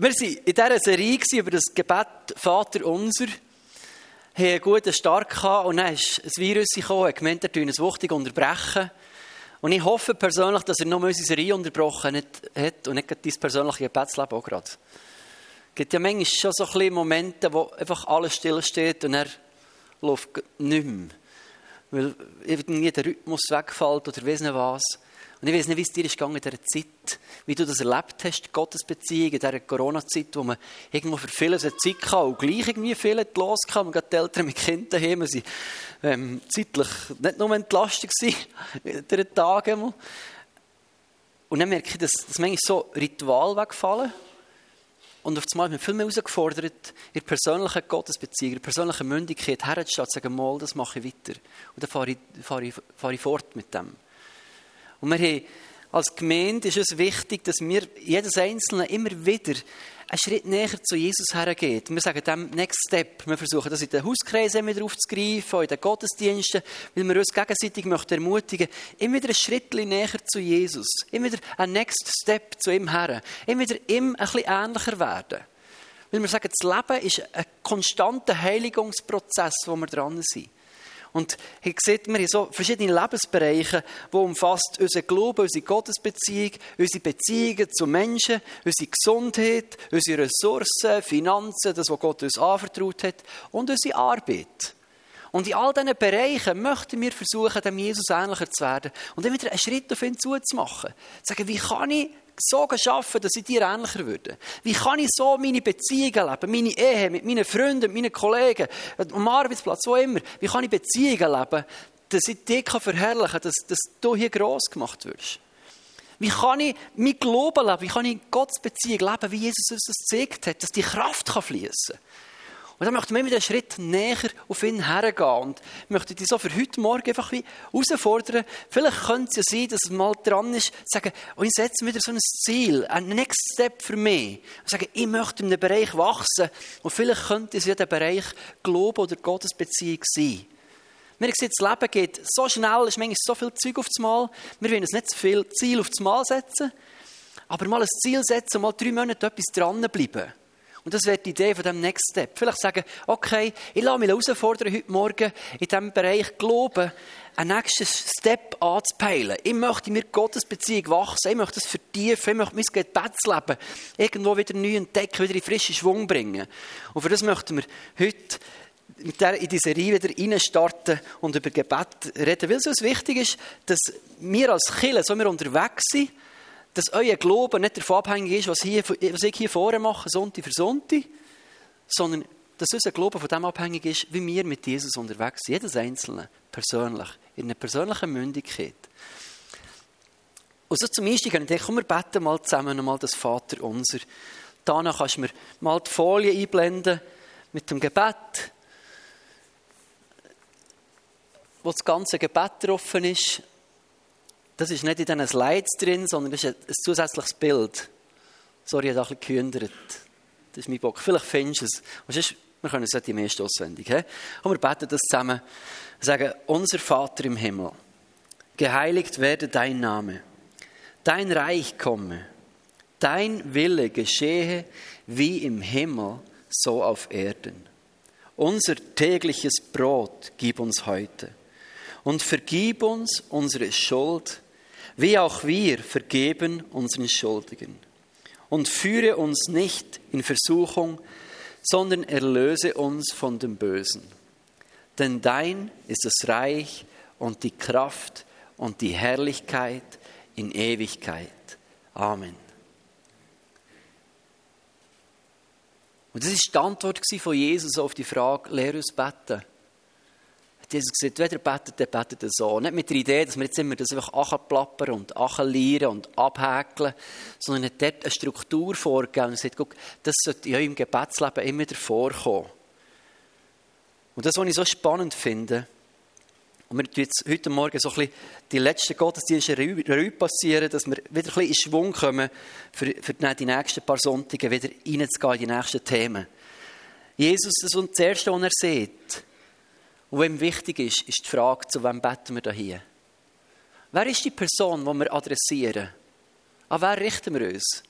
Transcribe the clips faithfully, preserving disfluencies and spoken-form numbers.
Wir waren in dieser Serie über das Gebet Vater unser, haben einen guten Start gehabt und dann ist ein Virus gekommen, hat gemeint, er eine Wuchtig unterbrechen. Und ich hoffe persönlich, dass er noch unsere Serie unterbrochen hat und nicht dein persönliches Gebetsleben auch gerade. Es gibt ja manchmal schon so ein bisschen Momente, wo einfach alles stillsteht und er läuft nicht mehr. Weil irgendwie der Rhythmus wegfällt oder weiss nicht was. Und ich weiss nicht, wie es dir ist gegangen in dieser Zeit, wie du das erlebt hast, die Gottesbeziehung in dieser Corona-Zeit, wo man irgendwo für viele eine Zeit hatte und gleich irgendwie viele loskam. Und gerade die Eltern mit Kindern daheim waren ähm, zeitlich nicht nur entlastet gewesen, in diesen Tagen. Und dann merke ich, dass, dass manchmal so Ritual wegfallen. Und auf einmal ist man viel mehr herausgefordert, in der persönlichen Gottesbeziehung, in der persönlichen Mündigkeit herzustehen und zu sagen, mal, das mache ich weiter. Und dann fahre ich, fahre ich, fahre ich fort mit dem. Und wir haben, als Gemeinde ist es wichtig, dass wir jedes Einzelne immer wieder einen Schritt näher zu Jesus hergeht. Wir sagen dem Next Step. Wir versuchen das in den Hauskreisen wieder aufzugreifen, in den Gottesdiensten, weil wir uns gegenseitig möchten ermutigen, immer wieder einen Schritt näher zu Jesus. Immer wieder einen Next Step zu ihm her. Immer wieder ihm ein bisschen ähnlicher werden. Weil wir sagen, das Leben ist ein konstanter Heiligungsprozess, wo wir dran sind. Und hier sieht man so verschiedene Lebensbereiche, die umfasst unseren Glauben, unsere Gottesbeziehung, unsere Beziehungen zu Menschen, unsere Gesundheit, unsere Ressourcen, Finanzen, das, was Gott uns anvertraut hat, und unsere Arbeit. Und in all diesen Bereichen möchten wir versuchen, dem Jesus ähnlicher zu werden und immer wieder einen Schritt auf ihn zuzumachen. Zu sagen, wie kann ich so arbeiten, dass ich dir ähnlicher würde? Wie kann ich so meine Beziehungen leben, meine Ehe mit meinen Freunden, mit meinen Kollegen, am Arbeitsplatz, wo immer? Wie kann ich Beziehungen leben, dass ich dich verherrlichen kann, dass, dass du hier gross gemacht wirst? Wie kann ich mein Glauben leben? Wie kann ich Gottes Beziehung leben, wie Jesus uns das gezeigt hat, dass die Kraft fließen kann? Und dann möchten wir wieder einen Schritt näher auf ihn hergehen. Und ich möchte dich so für heute Morgen einfach wie herausfordern. Vielleicht könnte es ja sein, dass es mal dran ist, zu sagen, oh, ich setze mir wieder so ein Ziel, ein Next Step für mich. Und sagen, ich möchte in einem Bereich wachsen. Und vielleicht könnte es ja der Bereich Glauben oder Gottesbeziehung sein. Wir sehen, das Leben geht so schnell, es ist manchmal so viel Zeug auf das Mal. Wir wollen uns nicht zu viel Ziel auf das Mal setzen, aber mal ein Ziel setzen und mal drei Monate etwas dranbleiben. Und das wäre die Idee von diesem Next Step. Vielleicht sagen, okay, ich lasse mich herausfordern, heute Morgen in diesem Bereich Glauben einen nächsten Step anzupeilen. Ich möchte in mir Gottes Beziehung wachsen, ich möchte das vertiefen, ich möchte mein Gebetsleben irgendwo wieder neu entdecken, wieder in frischen Schwung bringen. Und für das möchten wir heute mit der, in diese Serie wieder reinstarten und über Gebet reden. Weil es uns wichtig ist, dass wir als Kirche, so wir unterwegs sind, dass euer Glauben nicht davon abhängig ist, was, hier, was ich hier vorne mache, Sonntag für Sonntag, sondern dass unser Glauben von dem abhängig ist, wie wir mit Jesus unterwegs sind. Jedes Einzelne, persönlich, in einer persönlichen Mündigkeit. Und so zum Einstieg habe ich gedacht, komm, wir beten mal zusammen nochmal das Vater unser. Danach kannst du mir mal die Folie einblenden mit dem Gebet, wo das ganze Gebet drauf ist. Das ist nicht in diesen Slides drin, sondern das ist ein zusätzliches Bild. Sorry, ich habe ein bisschen gehindert. Das ist mein Bock. Vielleicht findest du es. Und sonst, wir können es nicht im ersten auswendig. He? Und wir beten das zusammen. Wir sagen, unser Vater im Himmel, geheiligt werde dein Name. Dein Reich komme. Dein Wille geschehe wie im Himmel, so auf Erden. Unser tägliches Brot gib uns heute. Und vergib uns unsere Schuld, wie auch wir vergeben unseren Schuldigen. Und führe uns nicht in Versuchung, sondern erlöse uns von dem Bösen. Denn dein ist das Reich und die Kraft und die Herrlichkeit in Ewigkeit. Amen. Und das war die Antwort von Jesus auf die Frage, lehre uns beten. Jesus gesagt, wenn ihr betet, dann betet ihr so. Nicht mit der Idee, dass wir jetzt immer das einfach anplappern und anlieren und abhäkeln, sondern hat dort eine Struktur vorgegeben und sagt, guck, das sollte in eurem Gebetsleben immer wieder vorkommen. Und das, was ich so spannend finde, und wir tun jetzt heute Morgen so ein bisschen die letzten Gottesdienste Revue passieren, dass wir wieder ein bisschen in Schwung kommen, für, für die nächsten paar Sonntage wieder reinzugehen in die nächsten Themen. Jesus, das ist das Erste, was er sieht. Und was ihm wichtig ist, ist die Frage, zu wem beten wir da hier? Wer ist die Person, die wir adressieren? An wer richten wir uns?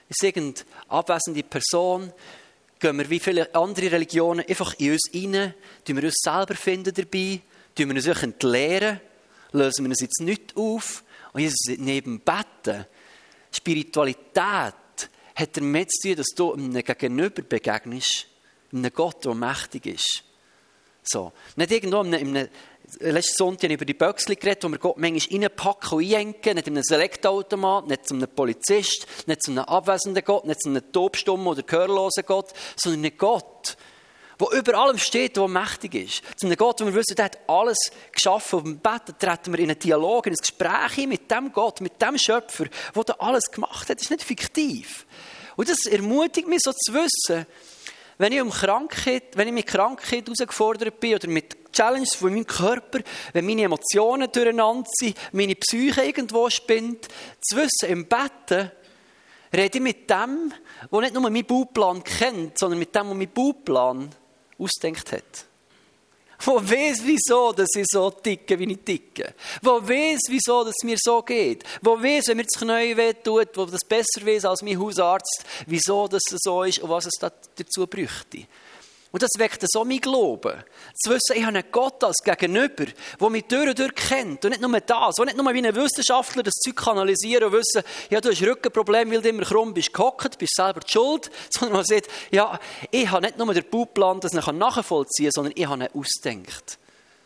ist irgendeine abwesende Person, gehen wir wie viele andere Religionen einfach in uns rein, tun wir uns selber finden dabei, tun wir uns wirklich entleeren, lösen wir uns jetzt nicht auf. Und Jesus sagt, neben Betten, Spiritualität hat damit zu tun, dass du einem Gegenüber begegnest, einem Gott, der mächtig ist. So. Nicht irgendwo in einem, letzten Sonntag über die Böckchen geredet, wo wir Gott manchmal reinpacken und einenken, nicht in einem Selektoautomat, nicht zu einem Polizist, nicht zu einem abwesenden Gott, nicht zu einem taubstummen oder gehörlosen Gott, sondern einen Gott, der über allem steht, der mächtig ist. Zu einem Gott, wo wir wissen, der hat alles geschaffen. Und im Bett treten wir in einen Dialog, in ein Gespräch mit dem Gott, mit dem Schöpfer, der da alles gemacht hat. Das ist nicht fiktiv. Und das ermutigt mich so zu wissen, wenn ich, um Krankheit, wenn ich mit Krankheit herausgefordert bin oder mit Challenges von meinem Körper, wenn meine Emotionen durcheinander sind, meine Psyche irgendwo spinnt, zu wissen, im Betten rede ich mit dem, der nicht nur meinen Bauplan kennt, sondern mit dem, der meinen Bauplan ausgedacht hat. Der weiss, wieso dass ich so ticke, wie ich ticke. Der weiss, wieso dass es mir so geht. Der weiss, wenn mir das Knie wehtut, der das besser weiss als mein Hausarzt, wieso dass es so ist und was es dazu bräuchte. Und das weckt so mein Glauben. Zu wissen, ich habe einen Gott als Gegenüber, der mich durch und durch kennt. Und nicht nur das, und nicht nur wie ein Wissenschaftler das Zeug kanalisieren und wissen, ja, du hast Rückenprobleme, weil du immer krumm bist gehockt, bist selber die Schuld. Sondern man sagt, ja, ich habe nicht nur den Bauplan, dass ich nachvollziehen kann, sondern ich habe ihn ausgedacht.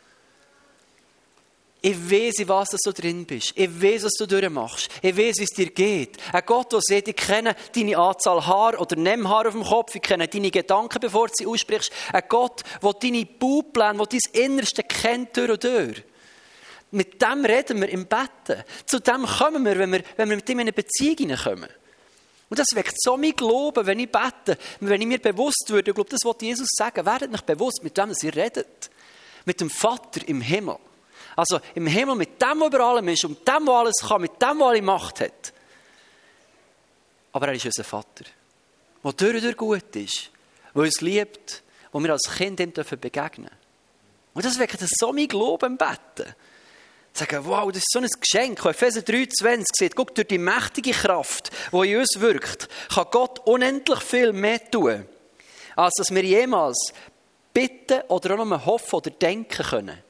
Ich weiss, in was du drin bist. Ich weiss, was du durchmachst. Ich weiss, wie es dir geht. Ein Gott, der sagt, ich kenne deine Anzahl Haar oder Nehmhaar auf dem Kopf. Ich kenne deine Gedanken, bevor du sie aussprichst. Ein Gott, der deine Baupläne, der dein Innerste kennt durch und durch. Mit dem reden wir im Betten. Zu dem kommen wir, wenn wir, wenn wir mit ihm in eine Beziehung hineinkommen. Und das weckt so mein Glauben, wenn ich bete. Wenn ich mir bewusst würde, ich glaube, das wollte Jesus sagen, werdet euch bewusst, mit wem ihr redet. Mit dem Vater im Himmel. Also im Himmel mit dem, der über allem ist, und dem, der alles kann, mit dem, der alle Macht hat. Aber er ist unser Vater, der durch und durch gut ist, der uns liebt, wo wir als Kind ihm begegnen dürfen. Und das weckt so mein Glauben im Betten. Sagen, wow, das ist so ein Geschenk. Epheser drei zwanzig sagt, guck, durch die mächtige Kraft, die in uns wirkt, kann Gott unendlich viel mehr tun, als dass wir jemals bitten oder auch nur hoffen oder denken können.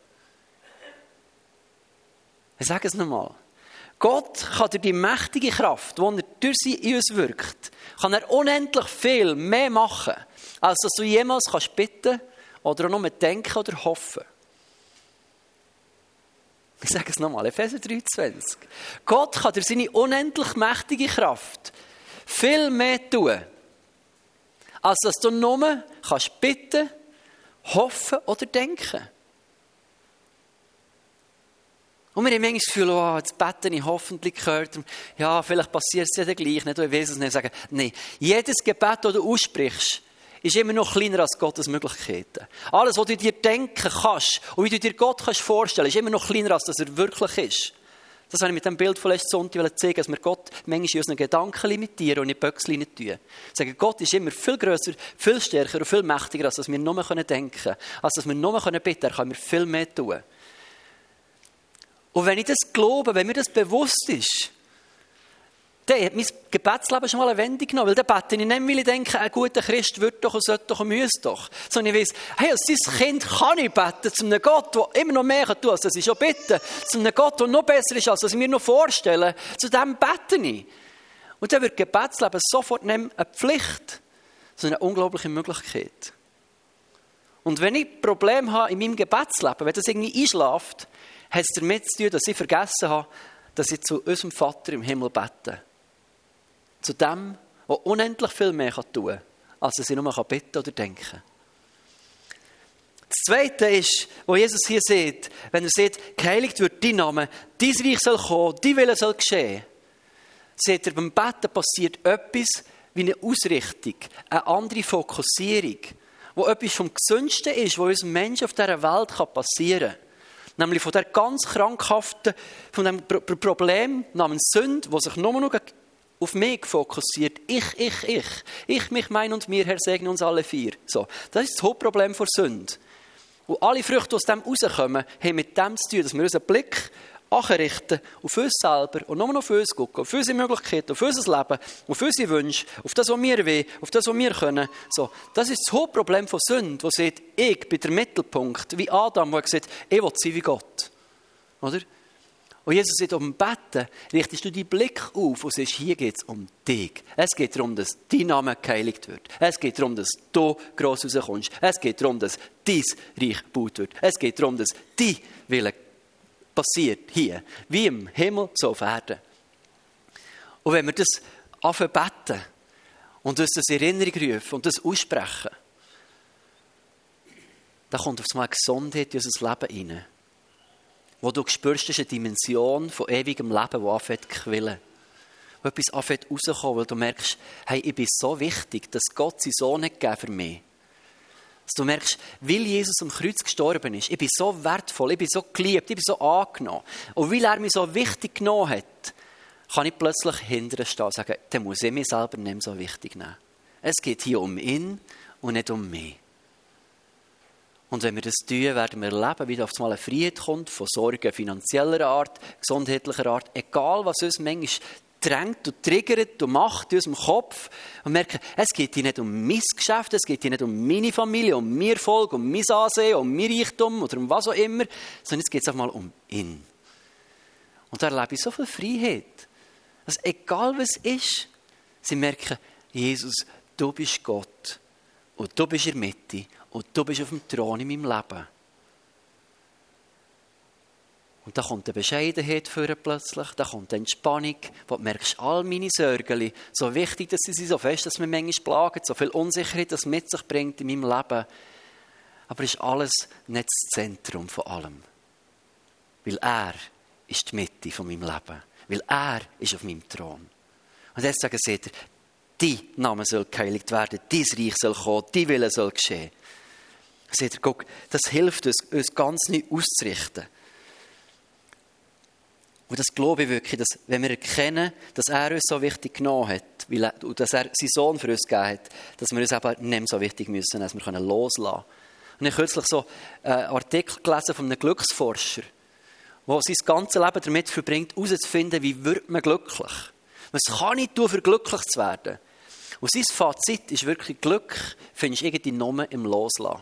Ich sage es nochmal. Gott kann durch die mächtige Kraft, die er durch sie in uns wirkt, kann er unendlich viel mehr machen, als dass du jemals kannst bitten oder auch nur denken oder hoffen. Ich sage es nochmal, Epheser drei zwanzig. Gott kann durch seine unendlich mächtige Kraft viel mehr tun, als dass du nur kannst bitten, hoffen oder denken. Und wir haben manchmal das Gefühl, oh, jetzt bete ich hoffentlich gehört. Ja, vielleicht passiert es ja dann gleich nicht. Ich weiß es nicht. Sagen, nein, jedes Gebet, das du aussprichst, ist immer noch kleiner als Gottes Möglichkeiten. Alles, was du dir denken kannst und wie du dir Gott kannst vorstellen, ist immer noch kleiner, als dass er wirklich ist. Das habe ich mit dem Bild von letzten Sonntag zeigen, dass wir Gott manchmal in unseren Gedanken limitieren und in Böckchen nicht tun. Sagen, Gott ist immer viel grösser, viel stärker und viel mächtiger, als dass wir nur denken können. Als dass wir nur bitten können. Er kann mir viel mehr tun. Und wenn ich das glaube, wenn mir das bewusst ist, dann hat mein Gebetsleben schon mal eine Wendung genommen. Weil dann bete ich nicht, weil ich denke, ein guter Christ wird doch und sollte doch und müsste doch. Sondern ich weiss, hey, als dieses Kind kann ich beten zu einem Gott, der immer noch mehr tun kann, als dass ich schon bitte. Zu einem Gott, der noch besser ist, als dass ich mir noch vorstelle. Zu dem bete ich. Und dann wird Gebetsleben sofort nicht eine Pflicht, sondern eine unglaubliche Möglichkeit. Und wenn ich Probleme habe in meinem Gebetsleben, wenn das irgendwie einschläft, hat es damit zu tun, dass ich vergessen habe, dass ich zu unserem Vater im Himmel bete. Zu dem, der unendlich viel mehr tun kann, als dass ich nur bitten oder denken kann. Das Zweite ist, wo Jesus hier sieht, wenn er sagt, geheiligt wird dein Name, dein Reich soll kommen, dein Wille soll geschehen. Seht ihr, beim Beten passiert etwas wie eine Ausrichtung, eine andere Fokussierung, wo etwas vom Gesündsten ist, was uns Menschen auf dieser Welt passieren kann. Nämlich von der ganz krankhaften, von dem Problem namens Sünde, das sich nur noch auf mich fokussiert. Ich, ich, ich. Ich, mich, mein und mir, Herr, segne uns alle vier. So, das ist das Hauptproblem von Sünde. Und alle Früchte, die aus dem rauskommen, haben mit dem zu tun, dass wir unseren Blick richten auf uns selber und nur noch auf uns gucken, auf unsere Möglichkeiten, auf unser Leben, auf unsere Wünsche, auf das, was wir wollen, auf das, was wir können. So, das ist das Hauptproblem von Sünde, wo sagt, ich bin der Mittelpunkt, wie Adam, der gesagt hat, ich will sein wie Gott. Oder? Und Jesus sagt, um Betten richtest du deinen Blick auf und sagst, hier geht es um dich. Es geht darum, dass dein Name geheiligt wird. Es geht darum, dass du gross rauskommst. Es geht darum, dass dein Reich gebaut wird. Es geht darum, dass dein Wille passiert hier, wie im Himmel, so auf Erden. Und wenn wir das anfangen zu beten und uns das in Erinnerung rufen und das aussprechen, dann kommt auf einmal Gesundheit in unser Leben rein. Wo du spürst, ist eine Dimension von ewigem Leben, die anfängt zu quillen. Wo etwas anfängt rauszukommen, weil du merkst, hey, ich bin so wichtig, dass Gott seinen Sohn nicht gegeben für mich. Dass du merkst, weil Jesus am Kreuz gestorben ist, ich bin so wertvoll, ich bin so geliebt, ich bin so angenommen. Und weil er mich so wichtig genommen hat, kann ich plötzlich hinterher stehen und sagen, dann muss ich mich selber nicht mehr so wichtig nehmen. Es geht hier um ihn und nicht um mich. Und wenn wir das tun, werden wir erleben, wie da auf einmal eine Freiheit kommt, von Sorgen finanzieller Art, gesundheitlicher Art, egal was uns manchmal drängt und triggert und macht in unserem Kopf. Und merken, es geht hier nicht um mein Geschäft, es geht hier nicht um meine Familie, um mein Erfolg, um mein Ansehen, um mein Reichtum oder um was auch immer, sondern es geht einfach mal um ihn. Und da erlebe ich so viel Freiheit, dass egal was ist, sie merken, Jesus, du bist Gott und du bist in der Mitte. Und du bist auf dem Thron in meinem Leben. Und da kommt eine Bescheidenheit vor plötzlich, da kommt eine Entspannung, wo du merkst, all meine Sorgen, so wichtig, dass sie sind, so fest, dass mir manchmal plagen, so viel Unsicherheit, das mit sich bringt in meinem Leben. Aber es ist alles nicht das Zentrum von allem. Weil er ist die Mitte von meinem Leben. Weil er ist auf meinem Thron. Und deswegen sagt er, dein Name soll geheiligt werden, dein Reich soll kommen, dein Wille soll geschehen. Seht ihr, guck, das hilft uns, uns ganz neu auszurichten. Und das glaube ich wirklich, dass, wenn wir erkennen, dass er uns so wichtig genommen hat, weil er, und dass er seinen Sohn für uns gegeben hat, dass wir uns eben nicht mehr so wichtig müssen, als wir können loslassen können. Und ich habe kürzlich so einen Artikel gelesen von einem Glücksforscher, der sein ganzes Leben damit verbringt, herauszufinden, wie wird man glücklich. Was kann ich tun, für glücklich zu werden? Und sein Fazit ist wirklich, Glück findest du irgendwie nur im Loslassen.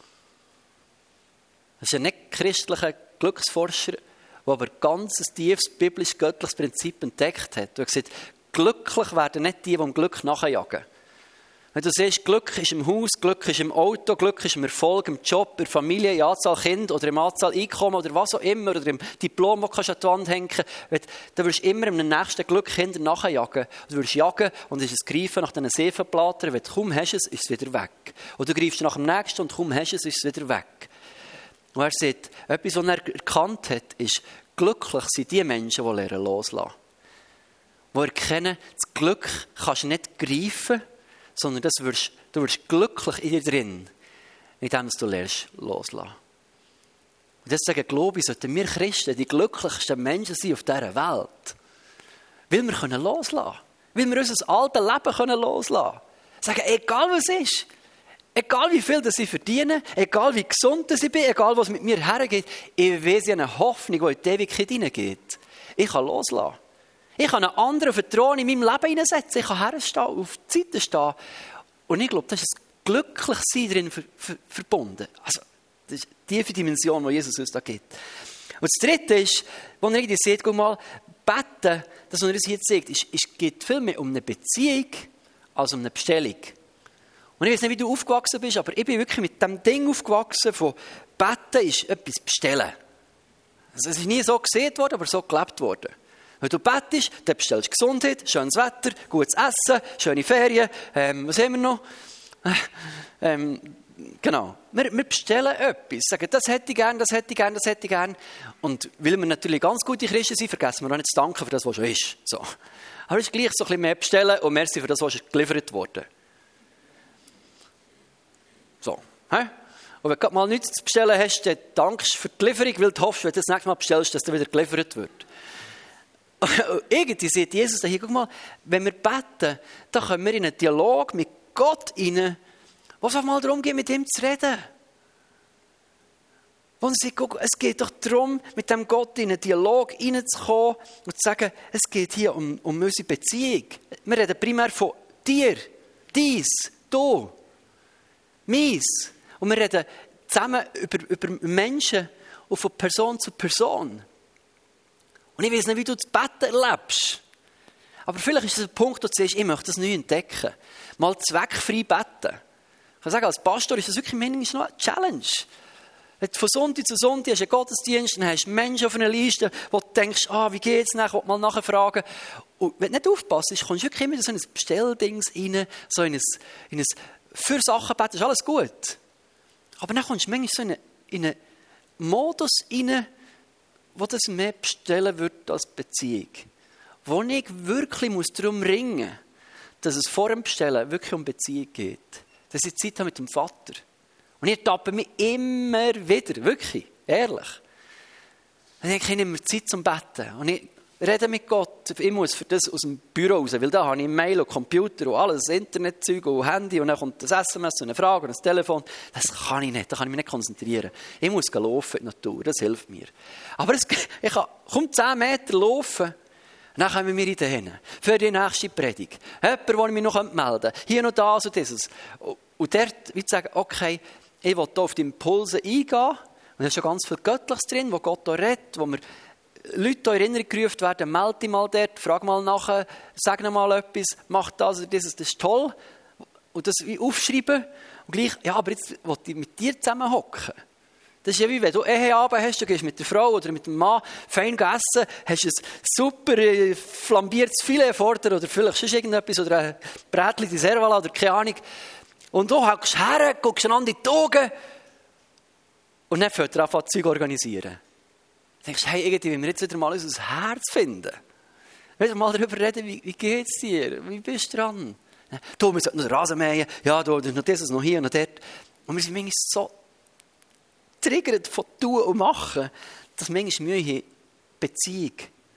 Das ist ein nicht christlicher Glücksforscher, der aber ein ganz tiefes, biblisch-göttliches Prinzip entdeckt hat. Er hat gesagt, glücklich werden nicht die, die dem Glück nachjagen. Wenn du siehst, Glück ist im Haus, Glück ist im Auto, Glück ist im Erfolg, im Job, in der Familie, in der Anzahl Kinder oder in der Anzahl Einkommen oder was auch immer, oder im Diplom, das du an die Wand hängen kannst, dann wirst du immer im nächsten Glück Kinder nachjagen. Du wirst jagen und es ist ein Greifen nach diesen Seifenblättern. Wenn du kaum hast, ist es wieder weg. Oder du greifst nach dem nächsten und kaum hast, ist es wieder weg. Und er sagt, etwas, was er erkannt hat, ist, glücklich sind die Menschen, die lernen loslassen. Die erkennen, das Glück kannst du nicht greifen, sondern das wirst, du wirst glücklich in dir drin, indem du lernst loslassen. Und deswegen glaube ich, sollten wir Christen die glücklichsten Menschen sein auf dieser Welt. Weil wir können loslassen. Weil wir unser altes Leben können loslassen. Sagen, egal was ist. Egal wie viel das ich verdiene, egal wie gesund ich bin, egal was mit mir hergeht, ich weiß eine Hoffnung, die in die Ewigkeit hineingeht. Ich kann loslassen. Ich kann einen anderen Vertrauen in meinem Leben hineinsetzen. Ich kann herstehen, auf die Seite stehen. Und ich glaube, das ist ein Glücklichsein darin ver- ver- verbunden. Also, das ist die tiefe Dimension, die Jesus uns da gibt. Und das Dritte ist, wo ihr irgendwie seht, guck mal, beten, das, was er uns hier zeigt, ist, ist, geht viel mehr um eine Beziehung als um eine Bestellung. Und ich weiß nicht, wie du aufgewachsen bist, aber ich bin wirklich mit dem Ding aufgewachsen, von beten ist etwas bestellen. Also es ist nie so gesehen worden, aber so gelebt worden. Wenn du betest, dann bestellst du Gesundheit, schönes Wetter, gutes Essen, schöne Ferien, ähm, was haben wir noch? Ähm, genau. Wir, wir bestellen etwas, sagen, das hätte ich gern, das hätte ich gern, das hätte ich gern. Und weil wir natürlich ganz gute Christen sind, vergessen wir auch nicht zu danken für das, was schon ist. So. Aber es ist gleich so ein bisschen mehr bestellen und merci für das, was schon geliefert wurde. So. He? Und wenn du mal nichts zu bestellen hast, dann dankst du für die Lieferung, weil du hoffst, wenn du das nächste Mal bestellst, dass dann wieder geliefert wird. Und irgendwie sieht Jesus da hier, guck mal, wenn wir beten, dann können wir in einen Dialog mit Gott rein, wo es auch mal darum geht, mit ihm zu reden. Wo Wo er sagt, guck, es geht doch darum, mit dem Gott in einen Dialog hineinzukommen und zu sagen, es geht hier um, um unsere Beziehung. Wir reden primär von dir, dies, du, meins. Und wir reden zusammen über, über Menschen und von Person zu Person. Und ich weiß nicht, wie du das Betten erlebst. Aber vielleicht ist es ein Punkt, wo du sagst, ich möchte das neu entdecken. Mal zweckfrei beten. Ich kann sagen, als Pastor ist das wirklich manchmal noch eine Challenge. Wenn du von Sonntag zu Sonntag hast einen Gottesdienst, dann hast du Menschen auf einer Liste, wo du denkst, ah, wie geht's nachher, mal nachfragen. Und wenn du nicht aufpasst, kommst du wirklich immer in so ein Bestelldings rein, so in ein, in ein für Sachen beten, ist alles gut. Aber dann kommst du manchmal so in einen, in einen Modus rein, wo das mehr bestellen wird als Beziehung. Wo ich wirklich muss darum ringen muss, dass es vor dem Bestellen wirklich um Beziehung geht. Dass ich Zeit habe mit dem Vater. Und ich tappe mich immer wieder, wirklich, ehrlich. Dann denke ich, ich nehme mir Zeit zum Betten. Und ich rede mit Gott. Ich muss für das aus dem Büro raus, weil da habe ich Mail und Computer und alles, Internetzeug und Handy und dann kommt das S M S und eine Frage und das Telefon. Das kann ich nicht, da kann ich mich nicht konzentrieren. Ich muss laufen in die Natur, das hilft mir. Aber es, ich kann kaum zehn Meter laufen. Dann kommen wir Ideen für die nächste Predigt. Jemand, den ich mich noch melden könnte. Hier noch das und dieses. Und dort, wie zu sagen, okay, ich will hier auf die Impulse eingehen. Und da ist schon ganz viel Göttliches drin, wo Gott hier redet, wo wir Leute in Erinnerung gerufen werden, melde dich mal dort, frag mal nachher, sag noch mal etwas, mach das oder dieses, das ist toll. Und das wie aufschreiben. Und gleich, ja, aber jetzt will ich mit dir zusammen hocken. Das ist ja wie wenn du Eheabend hast, du gehst mit der Frau oder mit dem Mann fein essen, hast ein super äh, flambiertes Filet vor dir oder vielleicht schon irgendetwas oder ein Brätchen di Servala oder keine Ahnung. Und du hockst her, guckst einander in die Augen und dann fängt er an, Zeug organisieren. Du denkst, hey, irgendwie wollen wir jetzt wieder mal unser Herz finden. Wieder mal darüber reden, wie, wie geht es dir, wie bist du dran? Du, wir sollten noch den Rasen mähen, ja, du, noch dieses, noch hier, noch dort. Und wir sind manchmal so triggert von tun und machen, dass manchmal Mühe haben, Beziehung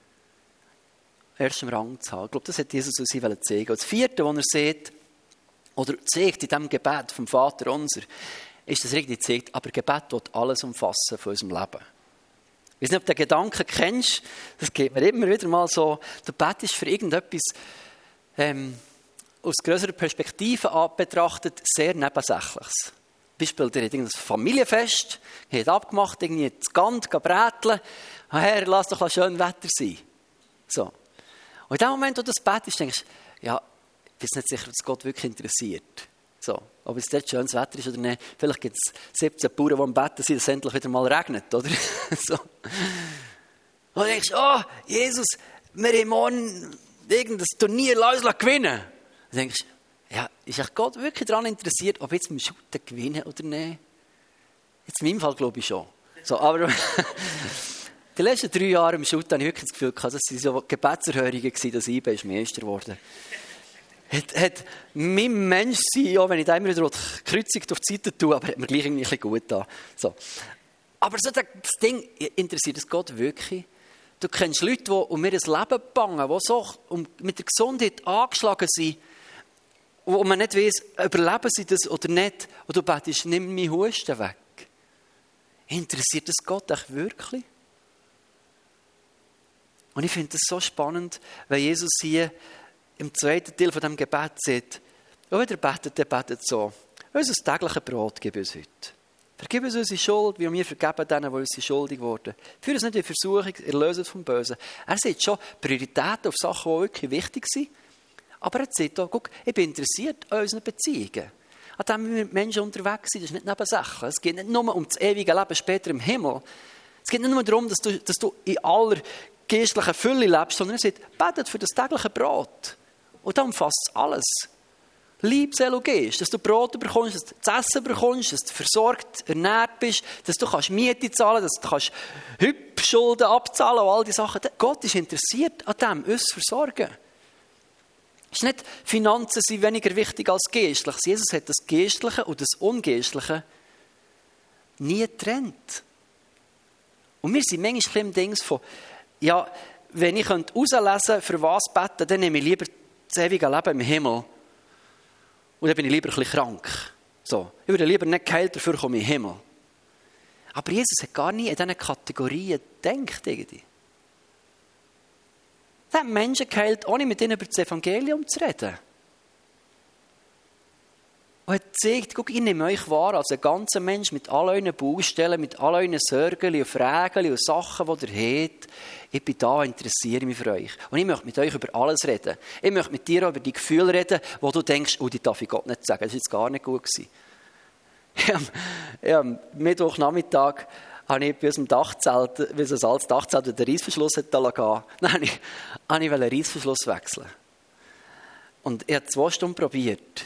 erst im Rang zu haben. Ich glaube, das hat Jesus uns zeigen. Und das vierte, was er sieht, oder zeigt in diesem Gebet vom Vater unser, ist, dass er irgendwie zeigt, aber Gebet wird alles umfassen von unserem Leben. Ich weiß nicht, ob du den Gedanken kennst, das geht mir immer wieder mal so, du betest für irgendetwas ähm, aus grösserer Perspektive betrachtet sehr Nebensächliches. Beispiel, der hat ein Familienfest, er hat abgemacht, irgendwie das Gant, bräteln. Herr, lass doch schön Wetter sein. So. Und in dem Moment, wo du das betest, denkst du, ja, ich bin nicht sicher, ob es Gott wirklich interessiert. So. Ob es dort schönes Wetter ist oder nicht. Vielleicht gibt es siebzehn Bauern, die am Betten sind, dass es endlich wieder mal regnet, oder? So. Und du denkst, oh, Jesus, wir haben morgen irgendein Turnier gewinnen. Du denkst, ja, ist echt Gott wirklich daran interessiert, ob jetzt mit dem Shooten gewinnen oder nicht? Jetzt in meinem Fall glaube ich schon. So, aber die letzten drei Jahre im Shooten habe ich wirklich das Gefühl gehabt, dass es so Gebetserhörungen waren, dass I B ist Meister geworden. Hat, hat mein Menschsein, ja, wenn ich da immer wieder gekreuzigt auf die Seite tue, aber hat mir gleich irgendwie ein bisschen gut da. So. Aber so das Ding, interessiert es Gott wirklich? Du kennst Leute, die um ihr Leben bangen, die so mit der Gesundheit angeschlagen sind, wo man nicht weiss, überleben sie das oder nicht. Und du betest, nimm meinen Husten weg. Interessiert das Gott echt wirklich? Und ich finde das so spannend, weil Jesus hier im zweiten Teil von diesem Gebet sagt, wenn er betet, der betet so, unser tägliches Brot gib uns heute. Vergib uns unsere Schuld, wie wir vergeben denen, die uns schuldig wurden. Führ uns nicht in Versuchung, erlöse uns vom Bösen. Er sagt schon Prioritäten auf Sachen, die wirklich wichtig sind. Aber er sagt auch, guck, ich bin interessiert an unseren Beziehungen. An dem, wie wir mit Menschen unterwegs sind, das ist nicht nebensächlich. Es geht nicht nur um das ewige Leben später im Himmel. Es geht nicht nur darum, dass du, dass du in aller geistlichen Fülle lebst, sondern er sagt, betet für das tägliche Brot. Und dann umfasst es alles. Liebe, Seele und Geist, dass du Brot bekommst, dass du das Essen bekommst, dass du versorgt, ernährt bist, dass du kannst Miete zahlen kannst, dass du kannst Hübschulden abzahlen und all diese Sachen. Gott ist interessiert an dem, uns zu versorgen. Es ist nicht, Finanzen sind weniger wichtig als Geistliches. Jesus hat das Geistliche und das Ungeistliche nie getrennt. Und wir sind manchmal im Ding von, ja, wenn ich herauslesen könnte, für was beten, dann nehme ich lieber das ewige Leben im Himmel. Und dann bin ich lieber ein bisschen krank. So. Ich würde lieber nicht geheilt, dafür komme ich in den Himmel. Aber Jesus hat gar nie in diesen Kategorien gedacht. Irgendwie. Er hat Menschen geheilt, ohne mit ihnen über das Evangelium zu reden. Und er zeigt, guck, ich nehme euch wahr als ein ganzer Mensch mit all euren Baustellen, mit all euren Sorgen und Fragen und Sachen, die ihr habt. Ich bin da, interessiere mich für euch. Und ich möchte mit euch über alles reden. Ich möchte mit dir auch über die Gefühle reden, wo du denkst, oh, die darf ich Gott nicht sagen. Das war jetzt gar nicht gut gewesen. Ja, am Mittwochnachmittag habe ich bei unserem Dachzelt, weil es ein altes Dachzelt mit einem Reissverschluss gehen lassen, dann habe ich, habe ich einen Reissverschluss wechseln. Und ich habe zwei Stunden probiert.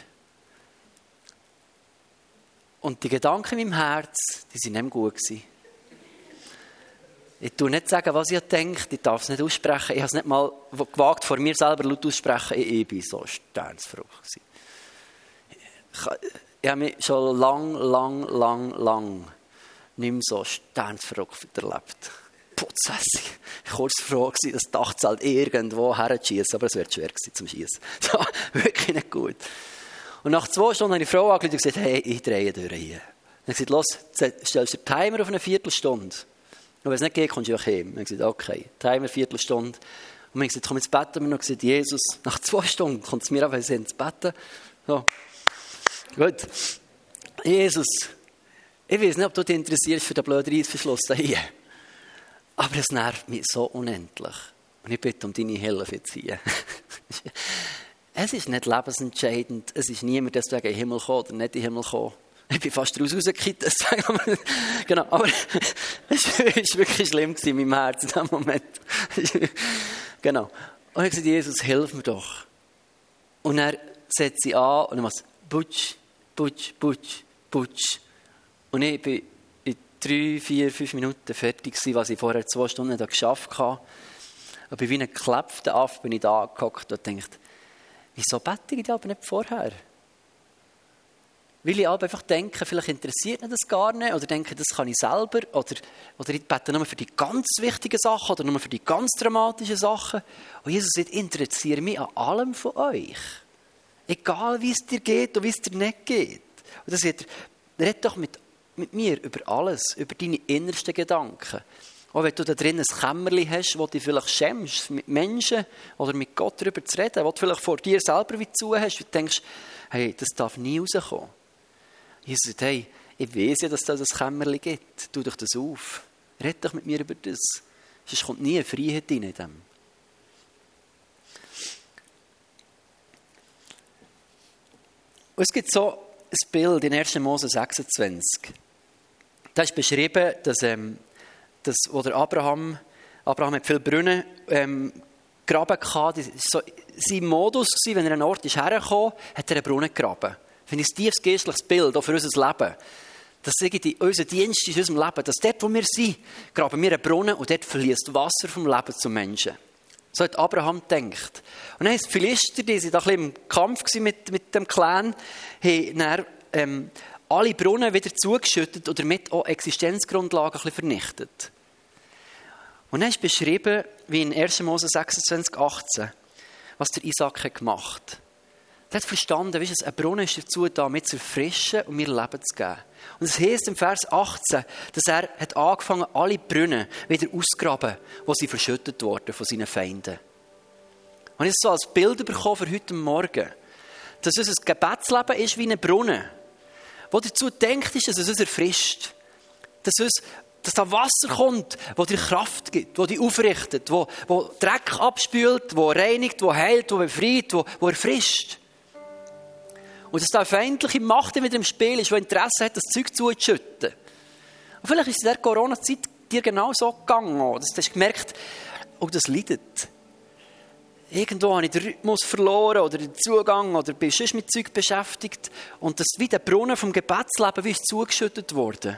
Und die Gedanken in meinem Herz, die waren nicht gut gewesen. Ich tue nicht sagen, was ich denke, ich darf es nicht aussprechen. Ich habe es nicht mal gewagt, vor mir selber laut aussprechen. Ich war so sternsverrückt. Ich, ich habe mich schon lang, lang, lang, lang nicht mehr so sternsverrückt erlebt. Putzessig. Ich war kurz froh, dass das Dachzelt irgendwo herzuschiessen, aber es wird schwer gewesen zum Schiessen. So, wirklich nicht gut. Und nach zwei Stunden habe ich die Frau angerufen und gesagt, hey, ich drehe durch hier. Dann habe ich gesagt, los, stellst du den Timer auf eine Viertelstunde. Und wenn es nicht geht, kommst du auch heim. Dann habe ich gesagt, okay, Timer eine Viertelstunde. Und dann habe ich gesagt, komm ins Bett. Und dann habe ich gesagt, Jesus, nach zwei Stunden kommt es mir auf, ins Bett. So. Gut. Jesus, ich weiß nicht, ob du dich interessierst für den blöden Reissverschluss hier. Aber es nervt mich so unendlich. Und ich bitte um deine Hilfe jetzt hier. Es ist nicht lebensentscheidend. Es ist niemand deswegen in den Himmel gekommen oder nicht in den Himmel gekommen. Ich bin fast raus rausgekippt. Genau, aber es war wirklich schlimm in meinem Herzen in diesem Moment. Genau. Und ich habe gesagt, Jesus, hilf mir doch. Und er setzt sie an und er macht Butsch, Butsch, Butsch, Butsch. Und ich bin in drei, vier, fünf Minuten fertig gewesen, was ich vorher zwei Stunden nicht geschafft habe. Und wie ein geklapfter Aff bin ich da gehockt und dachte, wieso bete ich aber nicht vorher? Weil ich aber einfach denke, vielleicht interessiert mich das gar nicht, oder denke, das kann ich selber, oder, oder ich bete nur für die ganz wichtigen Sachen, oder nur für die ganz dramatischen Sachen. Und Jesus sagt, ich interessiere mich an allem von euch. Egal, wie es dir geht und wie es dir nicht geht. Und dann sagt er, red doch mit, mit mir über alles, über deine innersten Gedanken. Auch wenn du da drin ein Kämmerchen hast, wo du dich vielleicht schämst, mit Menschen oder mit Gott darüber zu reden, wo du vielleicht vor dir selber wie zu hast, und denkst, hey, das darf nie rauskommen. Jesus sagt, hey, ich weiss ja, dass es da ein Kämmerchen gibt. Tu doch das auf. Red doch mit mir über das. Sonst kommt nie eine Freiheit rein in dem. Und es gibt so ein Bild in erster Mose sechsundzwanzig. Da ist beschrieben, dass, ähm, dass wo der Abraham, Abraham hat viele Brunnen ähm, graben gehabt. Das war so sein Modus, wenn er an einen Ort ist hergekommen, hat er einen Brunnen gegraben. Finde ich ein tiefes geistliches Bild, auch für unser Leben. Das ist unser Dienst in unserem Leben. Dass dort, wo wir sind, graben wir einen Brunnen und dort fließt Wasser vom Leben zum Menschen. So hat Abraham gedacht. Und dann haben die Philister, die waren ein bisschen im Kampf mit, mit dem Clan, haben dann, ähm, alle Brunnen wieder zugeschüttet und damit auch Existenzgrundlagen ein bisschen vernichtet. Und dann ist beschrieben, wie in erster Mose sechsundzwanzig, achtzehn, was der Isaac hat gemacht hat. Er hat verstanden, weißt du, ein Brunnen ist dazu da, mit zu erfrischen und mir Leben zu geben. Und es heisst im Vers achtzehn, dass er hat angefangen, alle Brunnen wieder auszugraben, wo sie verschüttet wurden von seinen Feinden. Und ich habe so als Bild bekommen für heute Morgen, dass unser Gebetsleben ist wie ein Brunnen, wo dazu denkt ist, dass es uns erfrischt. Dass, uns, dass da Wasser kommt, das dir Kraft gibt, das dich aufrichtet, wo, wo Dreck abspült, wo reinigt, wo heilt, wo befreit, wo, wo erfrischt. Und dass da eine feindliche Macht wieder im Spiel ist, die Interesse hat, das Zeug zuzuschütten. Und vielleicht ist es in der Corona-Zeit dir genau so gegangen. Dass du hast gemerkt, oh, das leidet. Irgendwo habe ich den Rhythmus verloren oder den Zugang oder bin sonst mit Zeug beschäftigt. Und das wie der Brunnen vom Gebetsleben wie ist zugeschüttet worden.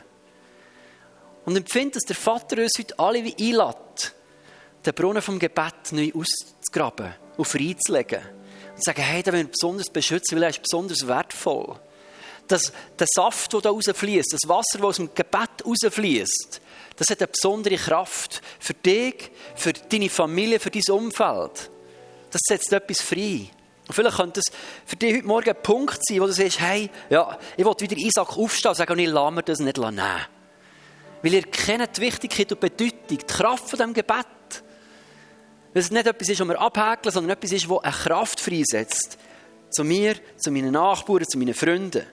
Und empfinde, dass der Vater uns heute alle wie einlädt, den Brunnen vom Gebet neu auszugraben und freizulegen. Und sagen, hey, da wollen wir besonders beschützen, weil er ist besonders wertvoll. Das, der Saft, der da rausfließt, das Wasser, das aus dem Gebet rausfließt, das hat eine besondere Kraft für dich, für deine Familie, für dein Umfeld. Das setzt etwas frei. Und vielleicht könnte es für dich heute Morgen ein Punkt sein, wo du sagst, hey, ja, ich will wieder Isaac aufstehen und sagen, ich lasse mir das nicht nehmen. Weil ihr kennt die Wichtigkeit und Bedeutung, die Kraft von diesem Gebet. Weil es nicht etwas ist, das wir abhäkeln, sondern etwas ist, das eine Kraft freisetzt. Zu mir, zu meinen Nachbarn, zu meinen Freunden.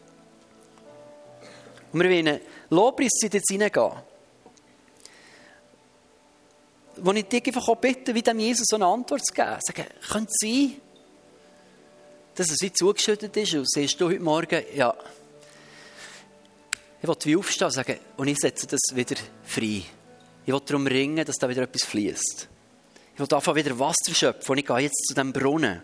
Und wir wollen in eine Lobpreiszeit jetzt hineingehen. Wo ich dich einfach auch bitte, wie dem Jesus so eine Antwort zu geben. Sagen, könnte es sein, dass es wie zugeschüttet ist und siehst du heute Morgen, ja, ich will wie aufstehen und sagen, und ich setze das wieder frei. Ich will darum ringen, dass da wieder etwas fließt. Ich will anfangen, wieder Wasser schöpfen und ich gehe jetzt zu diesem Brunnen.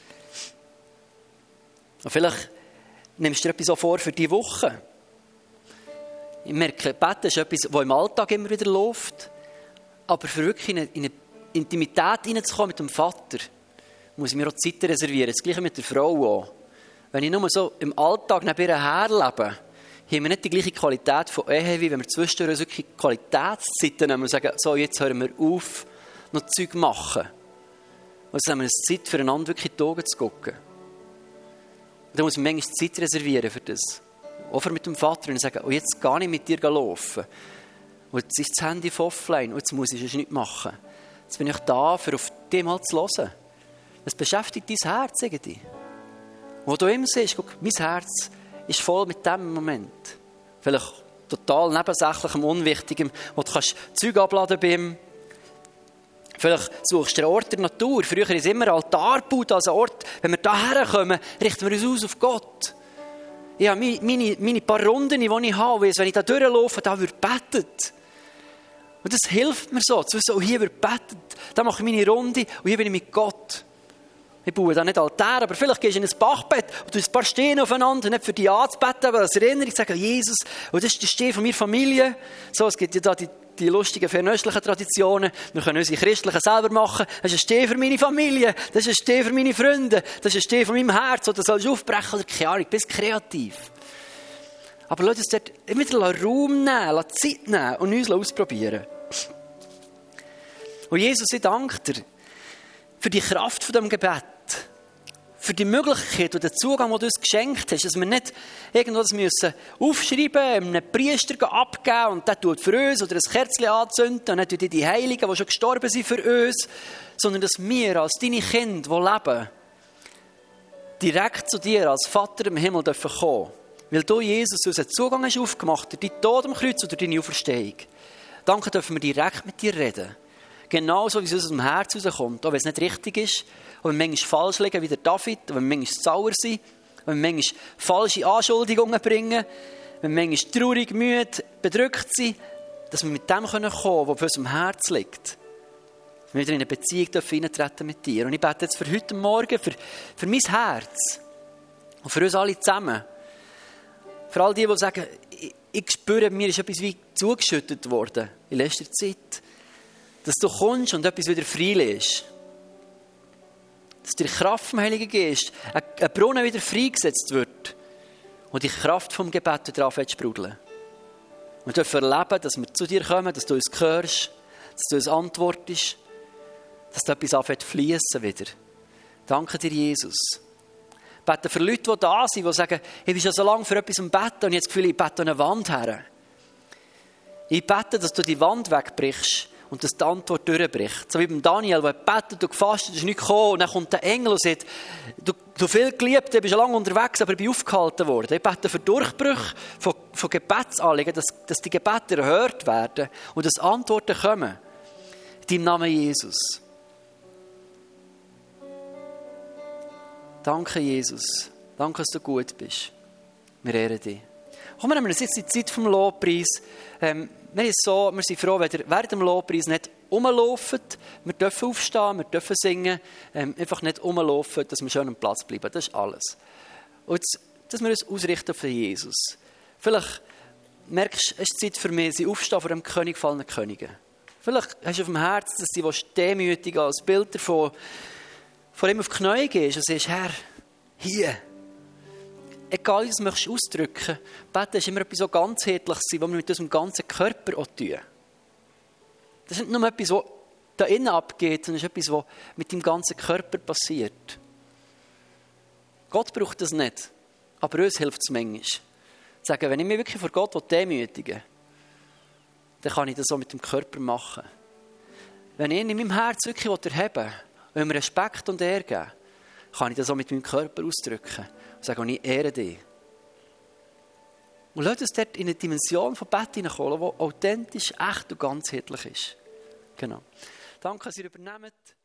Und vielleicht nimmst du dir etwas auch vor für diese Woche. Ich merke, Beten ist etwas, das im Alltag immer wieder läuft. Aber für wirklich in eine, in eine Intimität hineinzukommen mit dem Vater, muss ich mir auch Zeit reservieren. Das Gleiche mit der Frau auch. Wenn ich nur so im Alltag neben ihr herlebe, haben wir nicht die gleiche Qualität von Ehe, wie wenn wir zwischendurch wirklich Qualitätszeiten nehmen und sagen, so, jetzt hören wir auf, noch Zeug machen. Und jetzt haben wir eine Zeit, füreinander wirklich in die Augen zu gucken. Da muss man manchmal Zeit reservieren für das. Auch mit dem Vater und sagen, oh, jetzt gar nicht mit dir laufen. Und jetzt ist das Handy offline und jetzt muss ich es nicht machen. Jetzt bin ich da, für auf dich mal zu hören. Es beschäftigt dein Herz irgendwie. Und wo du immer siehst, guck, mein Herz ist voll mit dem Moment. Vielleicht total nebensächlichem, unwichtigem, wo du kannst Zeug abladen bei ihm. Vielleicht suchst du einen Ort der Natur. Früher ist immer Altar gebaut als ein Ort. Wenn wir hierher kommen, richten wir uns aus auf Gott. Ich habe meine, meine, meine paar Runden, die ich habe, wenn ich da durchlaufe, da wird betet. Und das hilft mir so. So, hier wird betet. Da mache ich meine Runde und hier bin ich mit Gott. Ich baue da nicht Altar, aber vielleicht gehst du in ein Bachbett und du ein paar Steine aufeinander, nicht für dich anzubeten, aber als Erinnerung sage Jesus, und das ist der Stein von meiner Familie. So, es gibt ja da die, die lustigen fernöstlichen Traditionen. Wir können unsere christlichen selber machen. Das ist ein Stein für meine Familie, das ist ein Stein für meine Freunde, das ist ein Stein von meinem Herz, oder sollst du aufbrechen oder keine Ahnung, bist kreativ. Aber lass uns dort immer wieder Raum nehmen, lass Zeit nehmen und uns ausprobieren. Und Jesus, ich danke dir für die Kraft von diesem Gebet. Für die Möglichkeit und den Zugang, den du uns geschenkt hast, dass wir nicht irgendwo das müssen aufschreiben, einem Priester abgeben und der tut für uns oder ein Kerzchen anzünden und dann tun die Heiligen, die schon gestorben sind, für uns, sondern dass wir als deine Kinder, die leben, direkt zu dir als Vater im Himmel dürfen kommen. Weil du, Jesus, uns einen Zugang hast aufgemacht durch deinen Tod am Kreuz oder deine Auferstehung. Danke, dürfen wir direkt mit dir reden. Genauso, wie es aus dem Herz rauskommt. Auch wenn es nicht richtig ist, wenn wir manchmal falsch liegen, wie der David, wenn wir manchmal sauer sind, wenn wir manchmal falsche Anschuldigungen bringen, wenn wir manchmal traurig, müde, bedrückt sind, dass wir mit dem kommen können, was auf unserem Herz liegt. Dass wir wieder in eine Beziehung hineintreten mit dir. Und ich bete jetzt für heute Morgen, für, für mein Herz und für uns alle zusammen. Für all die, die sagen, ich, ich spüre, mir ist etwas wie zugeschüttet worden in letzter Zeit. Dass du kommst und etwas wieder freilässt. Dass die Kraft vom Heiligen Geist, ein Brunnen wieder freigesetzt wird und die Kraft vom Gebet wieder anfängt zu sprudeln. Wir dürfen erleben, dass wir zu dir kommen, dass du uns hörst, dass du uns antwortest, dass da etwas anfängt zu fließen wieder. Danke dir, Jesus. Ich bete für Leute, die da sind, die sagen, ich bin schon so lange für etwas am Betten und ich habe das Gefühl, ich bete an eine Wand her. Ich bete, dass du die Wand wegbrichst und dass die Antwort durchbricht. So wie beim Daniel, der betet und gefastet ist, nicht gekommen. Und dann kommt der Engel und sagt, du, du viel geliebt, du bist schon lange unterwegs, aber ich bin aufgehalten worden. Ich bete für Durchbrüche von, von Gebetsanliegen, dass, dass die Gebete erhört werden und dass Antworten kommen. In deinem Namen Jesus. Danke, Jesus. Danke, dass du gut bist. Wir ehren dich. Komm, wir nehmen uns jetzt die Zeit vom Lobpreis. Ähm, wir, sind so, wir sind froh, wenn ihr während dem Lobpreis nicht rumlaufen. Wir dürfen aufstehen, wir dürfen singen. Ähm, einfach nicht rumlaufen, dass wir schön am Platz bleiben. Das ist alles. Und jetzt, dass wir uns ausrichten auf Jesus. Vielleicht merkst du, es ist Zeit für mich, sie aufstehen vor dem König gefallenen Königen. Vielleicht hast du auf dem Herzen, dass sie demütig als Bild davon vor ihm auf die Knie gehst und sagst, Herr, hier. Egal, was du möchtest ausdrücken, Beten ist immer etwas so ganzheitliches, was wir mit unserem ganzen Körper auch tun. Das ist nicht nur etwas, was da innen abgeht, sondern es ist etwas, was mit deinem ganzen Körper passiert. Gott braucht das nicht, aber uns hilft es manchmal. Zu sagen, wenn ich mich wirklich vor Gott demütigen will, dann kann ich das auch mit dem Körper machen. Wenn ich ihn in meinem Herz wirklich erheben will, und ihm Respekt und Ehre geben, kann ich das auch mit meinem Körper ausdrücken und sagen, ich ehre dich. Und lass uns dort in eine Dimension von Bett hineinkommen, die authentisch, echt und ganzheitlich ist. Genau. Danke, dass ihr übernehmt.